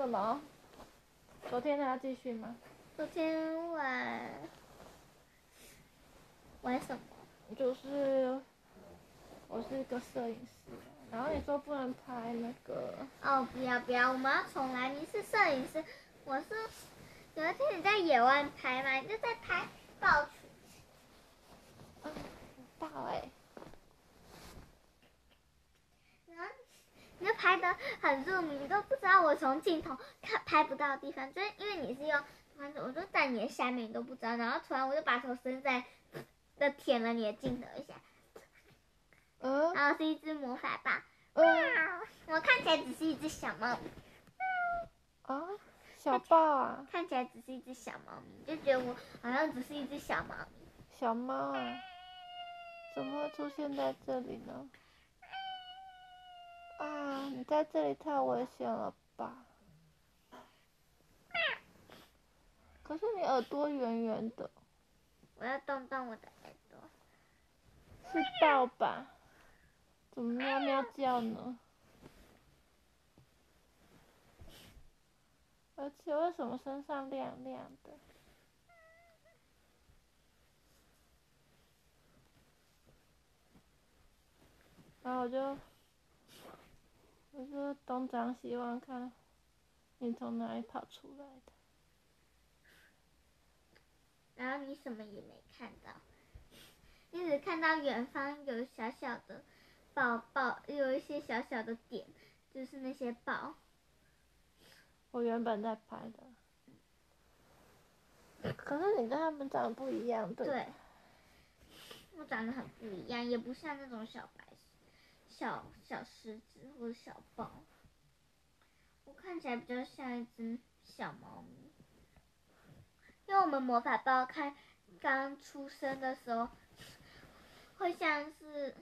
什么？昨天还要继续吗？ 昨天玩什么？ 就是我是一个摄影师，然后你说不能拍那个。 哦，不要，我们要重来。你是摄影师，我是有一天你在野外拍嘛，你就在拍爆竹。 爆哎！ 然后你就拍得很入迷，你都不知道我从镜头拍不到的地方，就是因为你是用，我就在你的下面，你都不知道。然后突然我就把头伸在，舔了你的镜头一下。然后是一只魔法棒。我看起来只是一只小猫咪。 小豹啊！ 看起来只是一只小猫咪，就觉得我好像只是一只小猫咪。 小猫啊，怎么会出现在这里呢？啊，你在这里太危险了吧！可是你耳朵圆圆的。 我要动动我的耳朵。 是豹吧？怎么喵喵叫呢？而且为什么身上亮亮的？然后我就东张西望看，你从哪里跑出来的？ 然后你什么也没看到，你只看到远方有小小的豹，有一些小小的点，就是那些豹。 我原本在拍的，可是你跟他们长得不一样，对吧？ 对，我长得很不一样，也不像那种小狮子或者小豹，我看起来比较像一只小猫咪。因为我们魔法豹刚出生的时候，会像是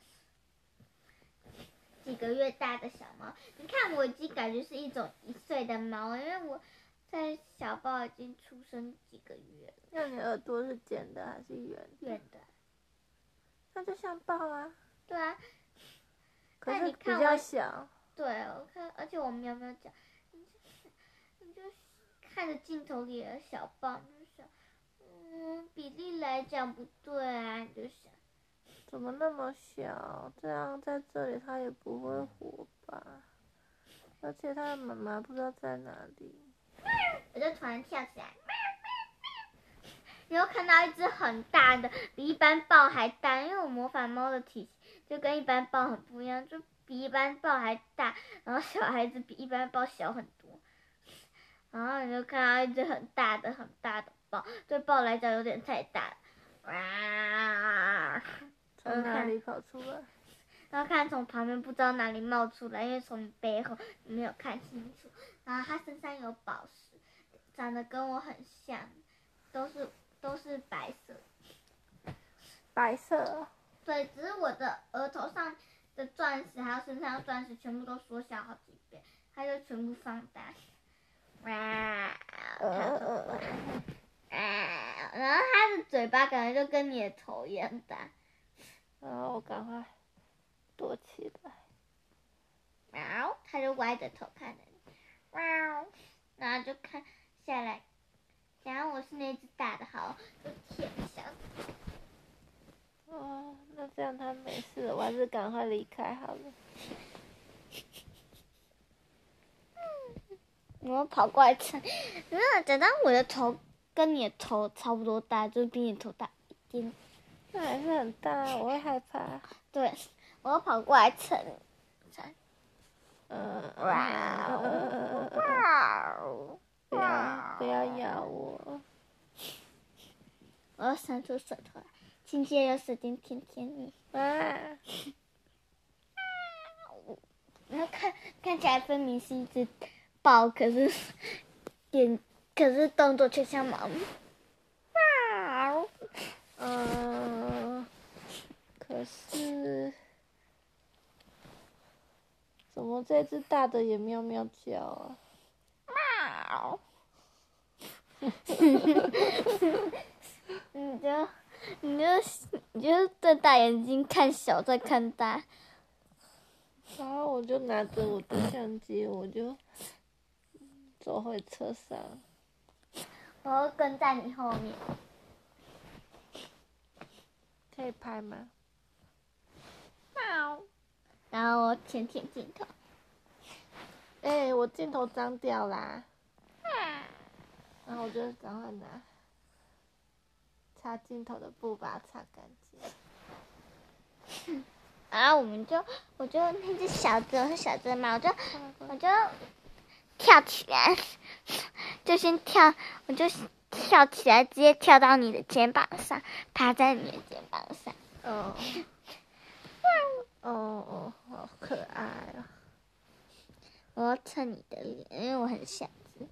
几个月大的小猫。你看我已经感觉是一种1岁的猫，因为我在小豹已经出生几个月了。 那你耳朵是尖的还是圆的？ 圆的。 那就像豹啊。 对啊。 可是比较小。 对，我看，而且我喵喵叫，你就看着镜头里的小豹，你就想，比例来讲不对啊，你就想。 怎么那么小？这样在这里它也不会活吧？而且它的妈妈不知道在哪里。 我就突然跳起来，然后看到一只很大的，比一般豹还大，因为我魔法猫的体型就跟一般豹很不一样，就比一般豹还大，然后小孩子比一般豹小很多。然后你就看到一只很大的豹，对豹来讲有点太大了。 从哪里跑出来？ 然后看从旁边不知道哪里冒出来，因为从背后没有看清楚。然后它身上有宝石，长得跟我很像，都是白色。 白色。 对，只是我的额头上的钻石还有身上的钻石全部都缩小好几倍，它就全部放大。然后它的嘴巴感觉就跟你的头一样大。 然后我赶快躲起来。 它就歪着头看着你。然后就看下来，然后我是那只大的，好，就舔一下。 那这样它没事了，我还是赶快离开好了。 我跑过来蹭，等到我的头跟你的头差不多大，就是比你的头大一点。 那还是很大，我会害怕。 对，我要跑过来蹭。 不要咬我！ 我要伸出舌头来，亲切又使劲舔舔你。然后看起来分明是一只豹，可是动作却像猫咪。 可是怎么这只大的也喵喵叫啊？ 你就瞪大眼睛看小再看大。 然后我就拿着我的相机，我就走回车上。 我会跟在你后面。 可以拍吗？ 喵。然后我舔舔镜头。 我镜头脏掉啦。然后我就赶快拿擦镜头的布把它擦干净。 然后我就那只小只，我是小只嘛，我就跳起来，我就跳起来，直接跳到你的肩膀上，趴在你的肩膀上。 哦，好可爱啊！ 我要蹭你的脸，因为我很小只。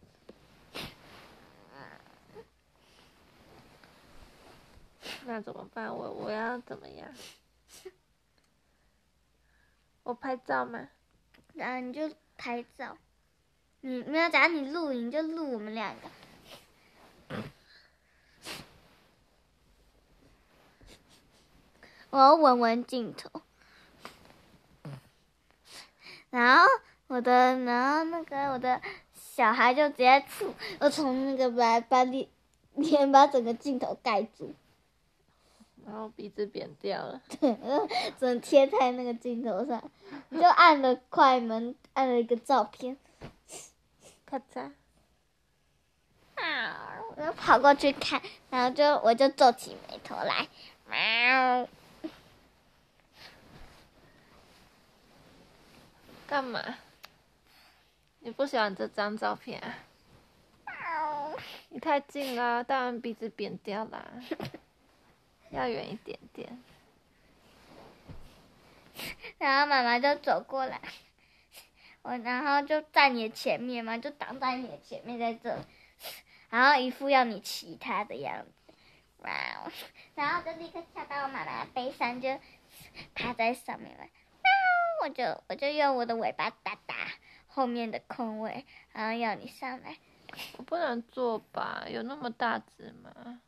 那怎么办？我要怎么样？我拍照吗？ 然后你就拍照，你没有，假如你录影就录我们两个。我要闻镜头，然后我的小孩就直接我从那个把脸把整个镜头盖住。 然后鼻子扁掉了， 对，只能贴在那个镜头上，就按了快门，按了一个照片， 咔嚓， 我就跑过去看，然后我就皱起眉头来，喵。 干嘛？你不喜欢这张照片啊？你太近了，当然鼻子扁掉啦。要远一点点。 然后妈妈就走过来，然后就在你的前面嘛，就挡在你的前面在这，然后一副要你骑它的样子，哇！然后就立刻跳到我妈妈的背上，就趴在上面了，喵！我就用我的尾巴打后面的空位，然后要你上来。 我不能坐吧？有那么大只吗？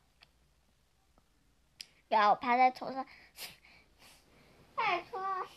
然后我趴在头上，拜托，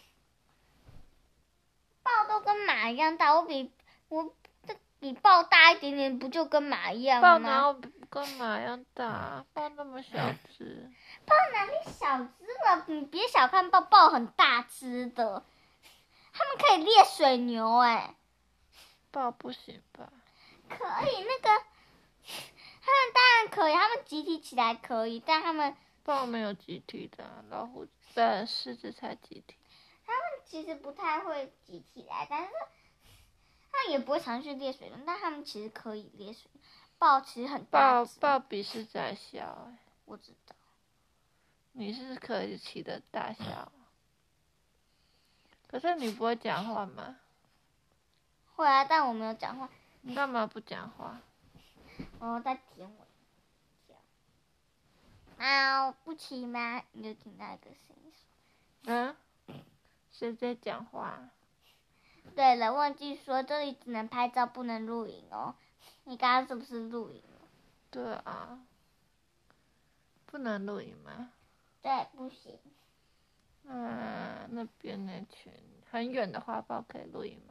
豹都跟马一样大，我比豹大一点点，不就跟马一样吗？ 豹哪有跟马一样大？豹那么小只。 豹哪里小只了？你别小看豹，豹很大只的，它们可以猎水牛豹不行吧？ 可以，它们当然可以，它们集体起来可以，但它们豹没有集体的，老虎、狮子才集体。 它们其实不太会集体来，但是它们也不会常去猎水牛，但它们其实可以猎水牛。豹其实很大只。 豹比狮子还小我知道。 你是可以骑的大小。可是你不会讲话吗？ 会啊，但我没有讲话。 你干嘛不讲话？ 我在舔我的脚。喵，不骑吗？你就听到一个声音说。 谁在讲话？ 对了，忘记说，这里只能拍照，不能录影哦。你刚刚是不是录影了？ 对啊。不能录影吗？ 对，不行。 那边那群很远的花豹可以录影吗？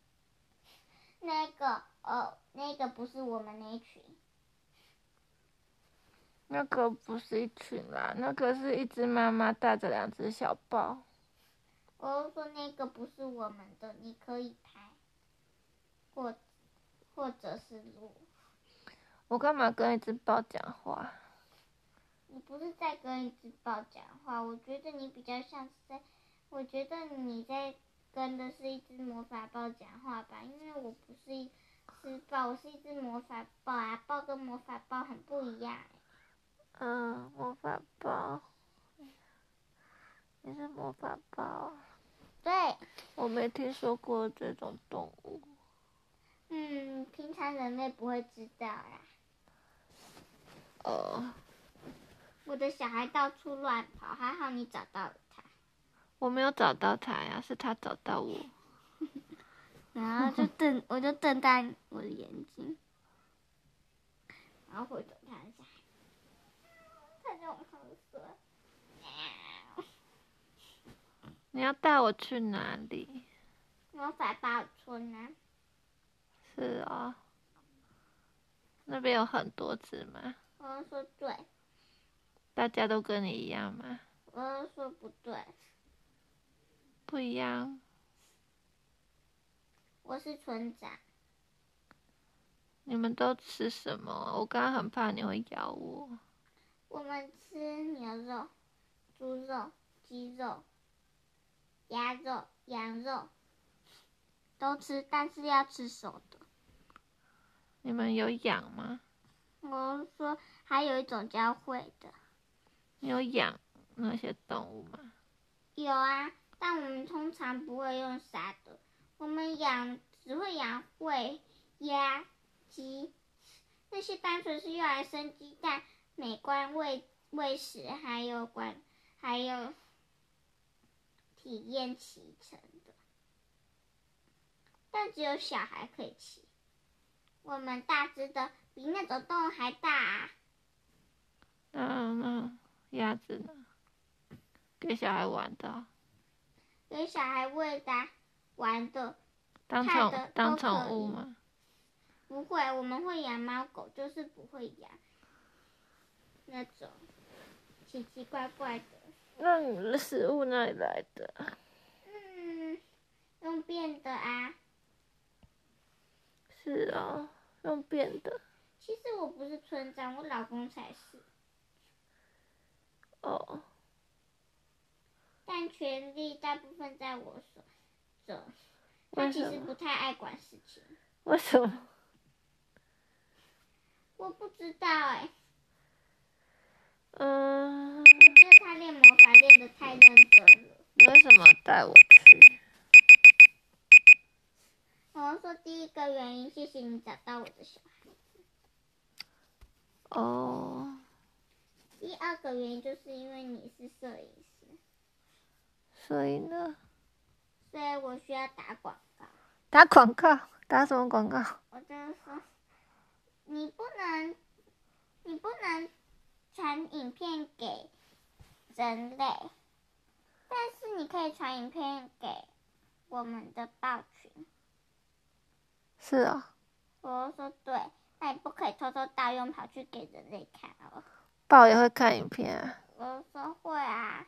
那个不是我们那一群。 那个不是一群啦，那个是一只妈妈带着2只小豹。 我说那个不是我们的，你可以拍，或者是录。 我干嘛跟一只豹讲话？ 你不是在跟一只豹讲话，我觉得你比较像是我觉得你在跟的是一只魔法豹讲话吧，因为我不是一只豹，我是一只魔法豹啊，豹跟魔法豹很不一样魔法豹。你是魔法豹？ 对。 我没听说过这种动物。 平常人类不会知道啦。我的小孩到处乱跑，还好你找到了他。 我没有找到他呀，是他找到我。 然后我就瞪大我的眼睛，然后回头看一下，他就很说。 你要带我去哪里？ 魔法豹村啊。 是啊。 那边有很多只吗？ 我就说对， 大家都跟你一样吗？ 我就说不对， 不一样。 我是村长。 你们都吃什么？我刚刚很怕你会咬我。 我们吃牛肉、猪肉、鸡肉、鸭肉、羊肉，都吃，但是要吃熟的。 你们有养吗？ 我说还有一种叫会的。 你有养那些动物吗？ 有啊，但我们通常不会用杀的，我们只会养会、鸭、鸡，那些单纯是用来生鸡蛋、美观喂食，还有体验骑乘的，但只有小孩可以骑。我们大只的比那种动物还大啊。 那鸭子呢？给小孩玩的哦。 给小孩喂的啊、玩的、 当看的都宠可以。 物吗？ 不会，我们会养猫狗，就是不会养那种奇奇怪怪的。 那你们的食物哪里来的？ 用变的啊。 是哦，用变的。 其实我不是村长，我老公才是。 哦。 但权力大部分在我手中，他其实不太爱管事情。 为什么？ 我不知道哎。 我觉得他练魔法练得太认真了。 你为什么带我去？ 我说第一个原因，谢谢你找到我的小孩。 哦。 第二个原因就是因为你是摄影师。 所以呢？ 所以我需要打广告。 打广告？打什么广告？ 我就是说，你不能传影片给人类，但是你可以传影片给我们的豹群。 是啊。 我说对，那你不可以偷偷盗用跑去给人类看哦。 豹也会看影片啊。 我说会啊。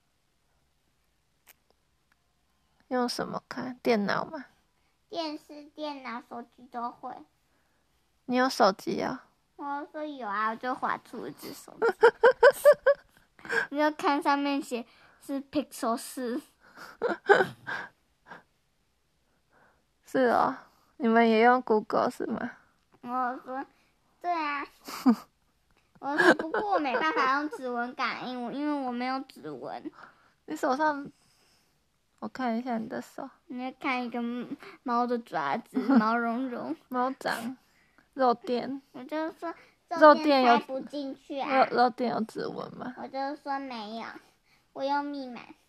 用什么看？电脑吗？ 电视、电脑、手机都会。 你有手机啊？ 我说有啊，我就划出一只手机，你就看上面写是 Pixel 4。 是哦，你们也用 Google 是吗？ 我说对啊。我说不过我没办法用指纹感应，因为我没有指纹。 你手上，我看一下你的手。 你在看一个猫的爪子，毛茸茸。 猫掌，肉垫。 我就说肉垫有塞不进去啊。 肉垫有指纹吗？ 我就说没有，我用密码。